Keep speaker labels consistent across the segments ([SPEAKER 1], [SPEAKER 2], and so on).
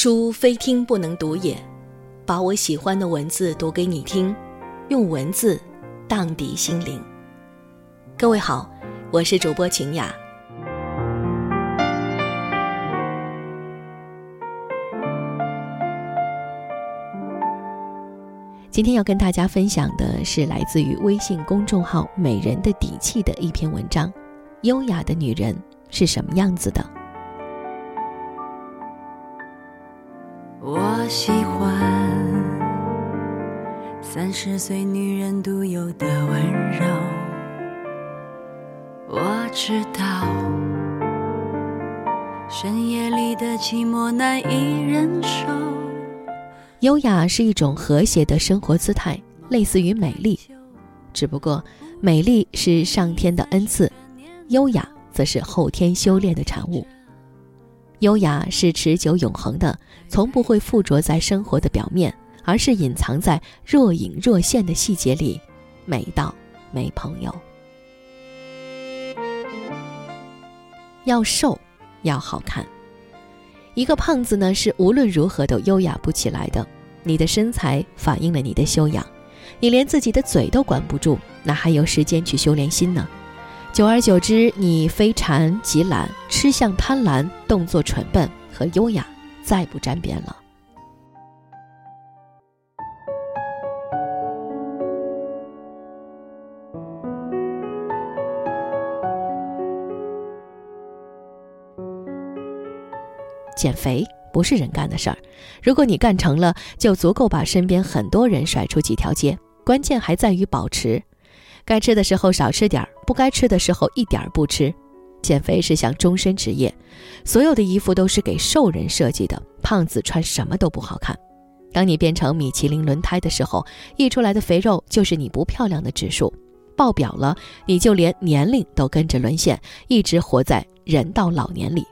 [SPEAKER 1] 书非听不能读也，把我喜欢的文字读给你听，用文字荡涤心灵。各位好，我是主播晴雅。今天要跟大家分享的是来自于微信公众号美人的底气的一篇文章，优雅的女人是什么样子的。
[SPEAKER 2] 我喜欢30岁女人独有的温柔，我知道深夜里的寂寞难以忍受。
[SPEAKER 1] 优雅是一种和谐的生活姿态，类似于美丽，只不过美丽是上天的恩赐，优雅则是后天修炼的产物。优雅是持久永恒的，从不会附着在生活的表面，而是隐藏在若隐若现的细节里，美到没朋友。要瘦，要好看。一个胖子呢，是无论如何都优雅不起来的。你的身材反映了你的修养，你连自己的嘴都管不住，那还有时间去修炼心呢？久而久之，你非馋即懒，吃相贪婪，动作蠢笨，和优雅再不沾边了。减肥不是人干的事儿，如果你干成了，就足够把身边很多人甩出几条街，关键还在于保持。该吃的时候少吃点，不该吃的时候一点不吃。减肥是项终身职业，所有的衣服都是给瘦人设计的，胖子穿什么都不好看。当你变成米其林轮胎的时候，溢出来的肥肉就是你不漂亮的指数，爆表了，你就连年龄都跟着沦陷，一直活在人到老年里。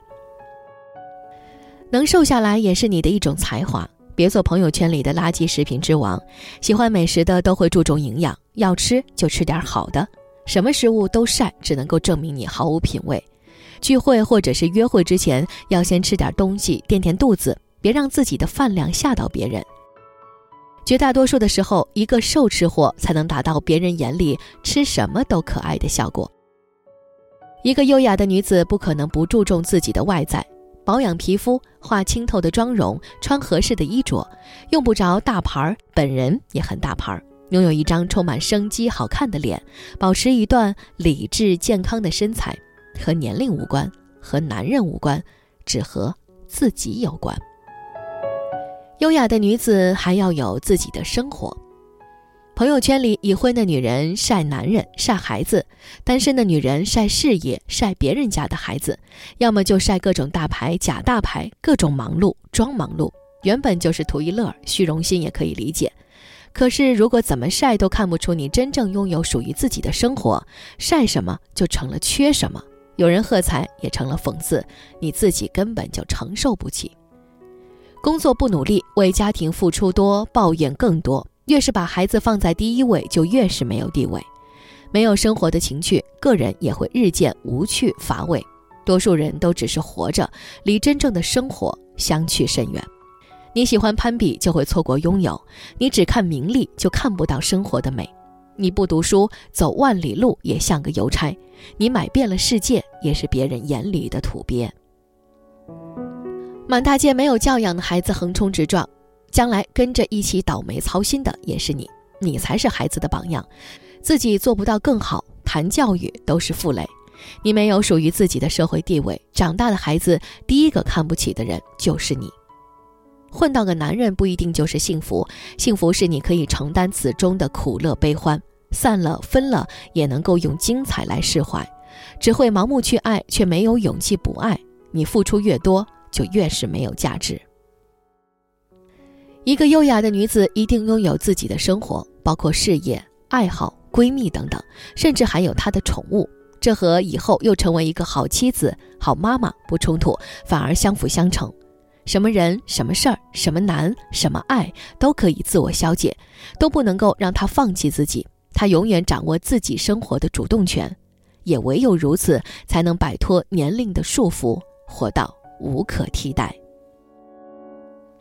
[SPEAKER 1] 能瘦下来也是你的一种才华，别做朋友圈里的垃圾食品之王。喜欢美食的都会注重营养，要吃就吃点好的，什么食物都晒，只能够证明你毫无品味。聚会或者是约会之前，要先吃点东西垫垫肚子，别让自己的饭量吓到别人。绝大多数的时候，一个瘦吃货才能达到别人眼里吃什么都可爱的效果。一个优雅的女子不可能不注重自己的外在，保养皮肤，化清透的妆容，穿合适的衣着，用不着大牌，本人也很大牌，拥有一张充满生机好看的脸，保持一段理智健康的身材，和年龄无关，和男人无关，只和自己有关。优雅的女子还要有自己的生活。朋友圈里已婚的女人晒男人晒孩子，单身的女人晒事业晒别人家的孩子，要么就晒各种大牌假大牌，各种忙碌装忙碌，原本就是图一乐，虚荣心也可以理解。可是如果怎么晒都看不出你真正拥有属于自己的生活，晒什么就成了缺什么，有人喝彩也成了讽刺，你自己根本就承受不起。工作不努力，为家庭付出多，抱怨更多，越是把孩子放在第一位，就越是没有地位。没有生活的情趣，个人也会日渐无趣乏味。多数人都只是活着，离真正的生活相去甚远。你喜欢攀比，就会错过拥有；你只看名利，就看不到生活的美。你不读书，走万里路也像个邮差；你买遍了世界，也是别人眼里的土鳖。满大街没有教养的孩子横冲直撞，将来跟着一起倒霉操心的也是你，你才是孩子的榜样。自己做不到更好，谈教育都是负累。你没有属于自己的社会地位，长大的孩子第一个看不起的人就是你。混到个男人不一定就是幸福，幸福是你可以承担此中的苦乐悲欢，散了分了也能够用精彩来释怀。只会盲目去爱，却没有勇气不爱，你付出越多，就越是没有价值。一个优雅的女子一定拥有自己的生活，包括事业、爱好、闺蜜等等，甚至还有她的宠物。这和以后又成为一个好妻子、好妈妈不冲突，反而相辅相成。什么人、什么事儿、什么难、什么爱都可以自我消解，都不能够让她放弃自己。她永远掌握自己生活的主动权，也唯有如此，才能摆脱年龄的束缚，活到无可替代。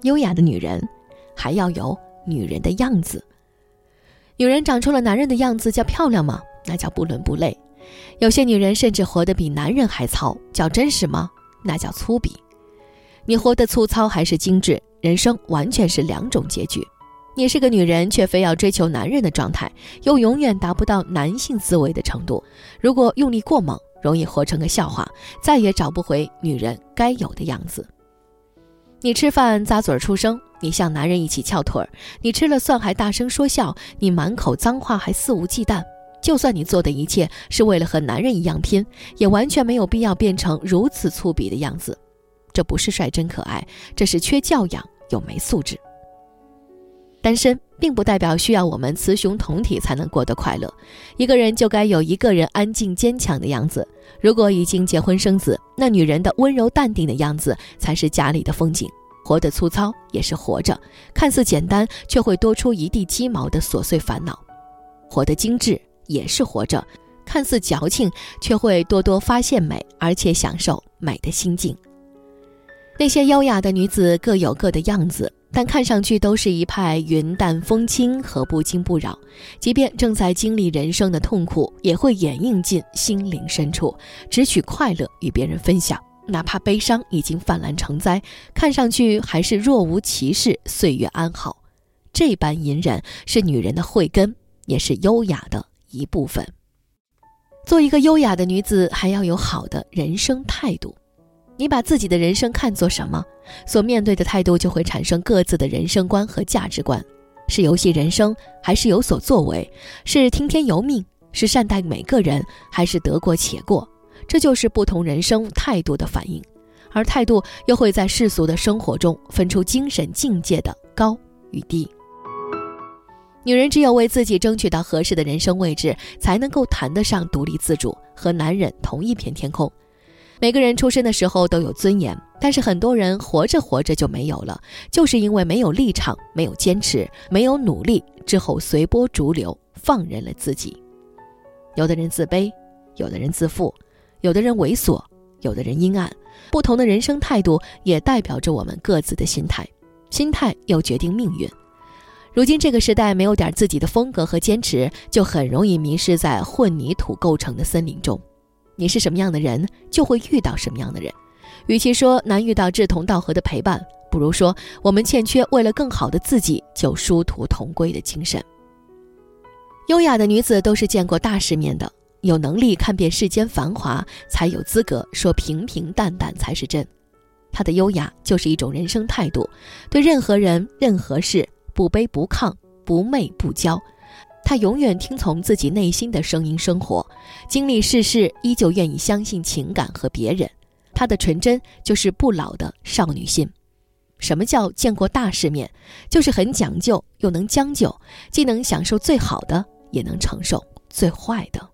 [SPEAKER 1] 优雅的女人还要有女人的样子。女人长出了男人的样子叫漂亮吗？那叫不伦不类。有些女人甚至活得比男人还糙，叫真实吗？那叫粗鄙。你活得粗糙还是精致，人生完全是两种结局。你是个女人，却非要追求男人的状态，又永远达不到男性思维的程度。如果用力过猛，容易活成个笑话，再也找不回女人该有的样子。你吃饭咂嘴出声，你像男人一起翘腿，你吃了蒜还大声说笑，你满口脏话还肆无忌惮。就算你做的一切是为了和男人一样拼，也完全没有必要变成如此粗鄙的样子。这不是率真可爱，这是缺教养又没素质。单身并不代表需要我们雌雄同体才能过得快乐，一个人就该有一个人安静坚强的样子。如果已经结婚生子，那女人的温柔淡定的样子才是家里的风景。活得粗糙也是活着，看似简单却会多出一地鸡毛的琐碎烦恼。活得精致也是活着，看似矫情却会多多发现美，而且享受美的心境。那些优雅的女子各有各的样子，但看上去都是一派云淡风轻和不惊不扰，即便正在经历人生的痛苦，也会掩映进心灵深处，只取快乐与别人分享，哪怕悲伤已经泛滥成灾，看上去还是若无其事，岁月安好。这般隐忍是女人的慧根，也是优雅的一部分。做一个优雅的女子，还要有好的人生态度。你把自己的人生看作什么，所面对的态度就会产生各自的人生观和价值观。是游戏人生，还是有所作为？是听天由命，是善待每个人，还是得过且过？这就是不同人生态度的反应，而态度又会在世俗的生活中分出精神境界的高与低。女人只有为自己争取到合适的人生位置，才能够谈得上独立自主，和男人同一片天空。每个人出生的时候都有尊严，但是很多人活着活着就没有了，就是因为没有立场，没有坚持，没有努力，之后随波逐流，放任了自己。有的人自卑，有的人自负，有的人猥琐，有的人阴暗。不同的人生态度也代表着我们各自的心态，心态又决定命运。如今这个时代，没有点自己的风格和坚持，就很容易迷失在混凝土构成的森林中。你是什么样的人，就会遇到什么样的人。与其说难遇到志同道合的陪伴，不如说我们欠缺为了更好的自己就殊途同归的精神。优雅的女子都是见过大世面的，有能力看遍世间繁华，才有资格说平平淡淡才是真。她的优雅就是一种人生态度，对任何人任何事不卑不亢，不媚不骄。她永远听从自己内心的声音生活，经历世事依旧愿意相信情感和别人。她的纯真就是不老的少女心。什么叫见过大世面？就是很讲究又能将就，既能享受最好的，也能承受最坏的。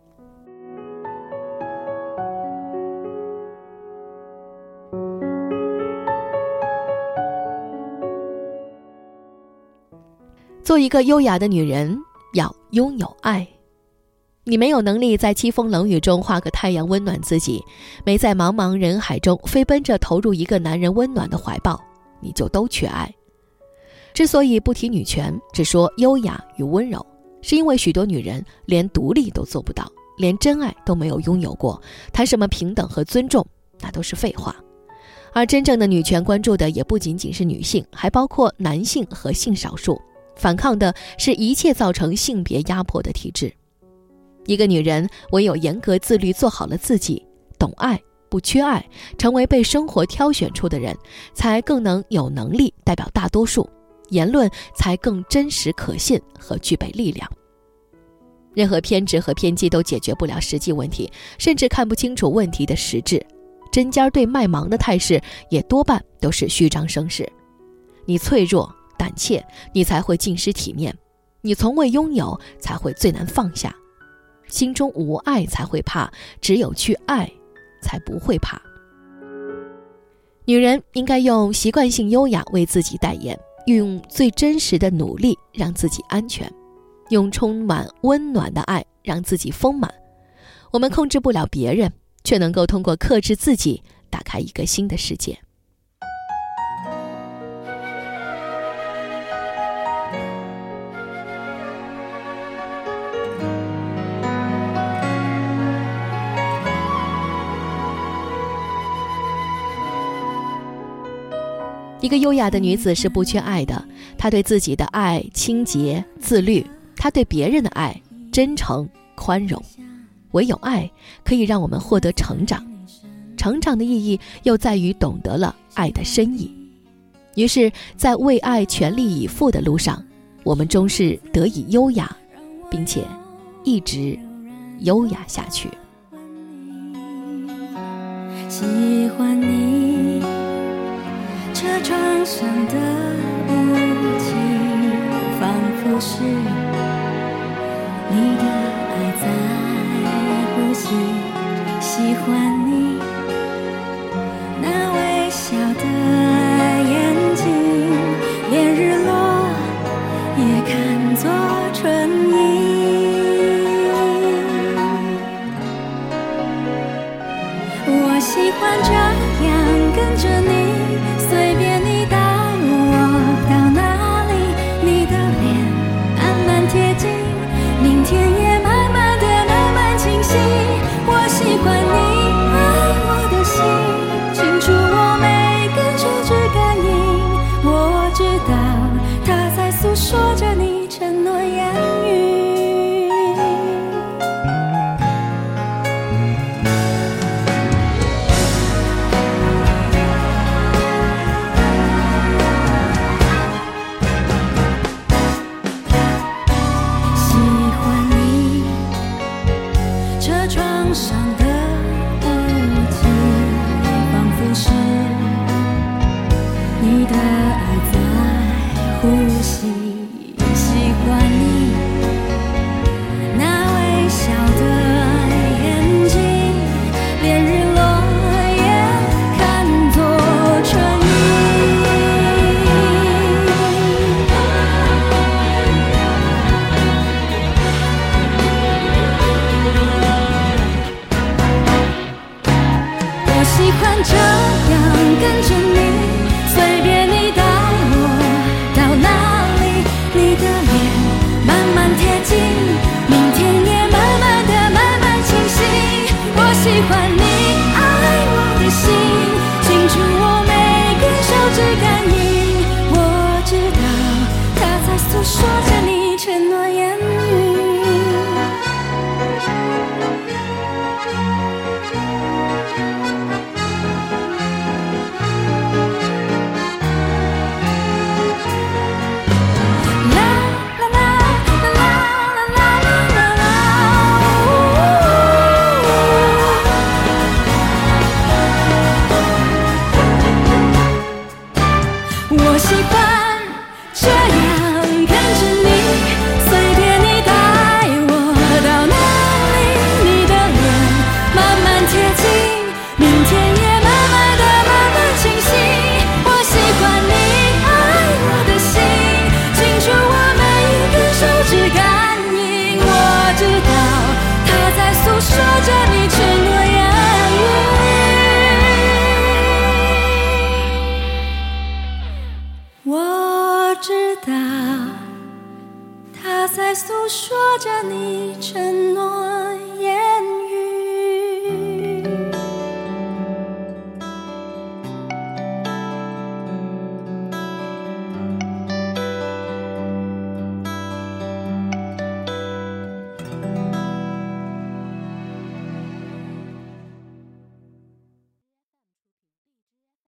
[SPEAKER 1] 做一个优雅的女人，要拥有爱。你没有能力在凄风冷雨中画个太阳温暖自己，没在茫茫人海中飞奔着投入一个男人温暖的怀抱，你就都缺爱。之所以不提女权，只说优雅与温柔，是因为许多女人连独立都做不到，连真爱都没有拥有过，谈什么平等和尊重，那都是废话。而真正的女权关注的也不仅仅是女性，还包括男性和性少数，反抗的是一切造成性别压迫的体制。一个女人唯有严格自律，做好了自己，懂爱不缺爱，成为被生活挑选出的人，才更能有能力代表大多数，言论才更真实可信和具备力量。任何偏执和偏激都解决不了实际问题，甚至看不清楚问题的实质。针尖对麦芒的态势也多半都是虚张声势。你脆弱胆怯，你才会尽失体面；你从未拥有，才会最难放下。心中无爱才会怕，只有去爱，才不会怕。女人应该用习惯性优雅为自己代言，用最真实的努力让自己安全，用充满温暖的爱让自己丰满。我们控制不了别人，却能够通过克制自己，打开一个新的世界。 一个优雅的女子是不缺爱的，她对自己的爱清洁自律，她对别人的爱真诚宽容。唯有爱可以让我们获得成长，成长的意义又在于懂得了爱的深意。于是在为爱全力以赴的路上，我们终是得以优雅，并且一直优雅下去。
[SPEAKER 2] 喜欢你车窗上的雾气，仿佛是你的爱在呼吸。喜欢你那微笑的眼睛，连日落也看作春意。我喜欢这样跟着你，随便你带我到哪里，你的脸慢慢贴近，明天也慢慢的慢慢清晰。我喜欢你爱我的心，清楚我每根手指感应，我知道它在诉说着你承诺言语。上的雾气，仿佛是你的爱在呼吸。喜欢你那微笑的眼睛，连日落也看作春意。喜欢这样跟着你，随便你带我到哪里，你的脸慢慢贴近，明天也慢慢的慢慢清晰。我喜欢你爱我的心，清楚我每根手指感应，我知道它在诉说着你承诺言语。我喜欢这样跟着你，随便你带我到哪里，你的脸慢慢贴近，明天也慢慢的慢慢清晰。我喜欢你爱我的心，清楚我每一根手指感应，我知道它在诉说着你承诺言语。我知道，它在诉说着你承诺言语。